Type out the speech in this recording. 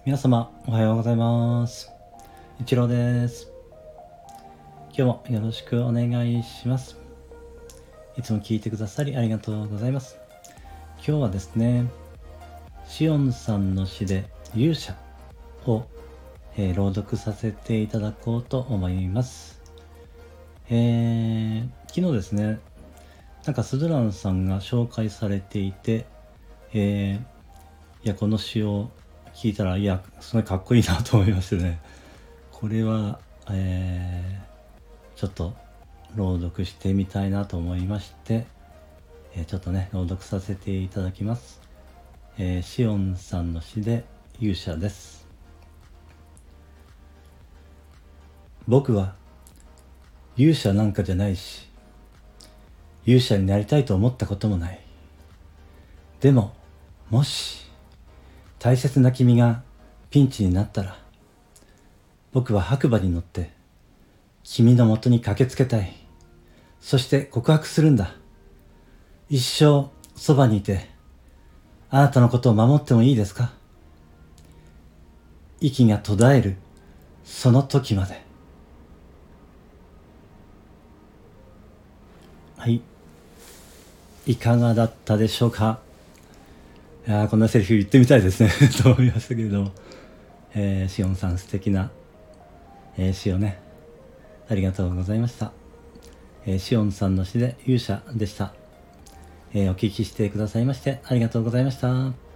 皆様おはようございます。一郎です。今日もよろしくお願いします。いつも聞いてくださりありがとうございます。今日はですね、しおんさんの詩で勇者を、朗読させていただこうと思います。昨日ですね、スズランさんが紹介されていて、この詩を聞いたらすごいかっこいいなと思いましてね、これは、ちょっと朗読してみたいなと思いまして、ちょっとね朗読させていただきます。しおんさんの詩で勇者です。僕は勇者なんかじゃないし、勇者になりたいと思ったこともない。でももし大切な君がピンチになったら、僕は白馬に乗って君のもとに駆けつけたい。そして告白するんだ。一生そばにいてあなたのことを守ってもいいですか？息が途絶えるその時まで。はい、いかがだったでしょうか？こんなセリフ言ってみたいですねと思いましたけれども、しおんさん素敵な、詩をね、ありがとうございました。しおんさんの詩で勇者でした。お聞きしてくださいましてありがとうございました。